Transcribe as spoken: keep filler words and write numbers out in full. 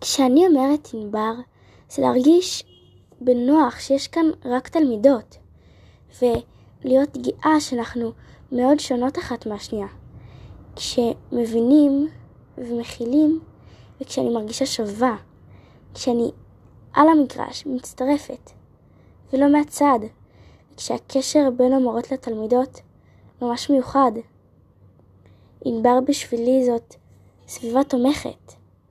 כשאני אומרת ענבר, זה להרגיש בנוח שיש כאן רק תלמידות, ולהיות גאה שאנחנו מאוד שונות אחת מהשנייה. כשמבינים ומכילים, וכשאני מרגישה שווה, כשאני על המגרש מצטרפת, ולא מהצד, כשהקשר בין המורות לתלמידות ממש מיוחד. ענבר בשבילי זאת סביבה תומכת.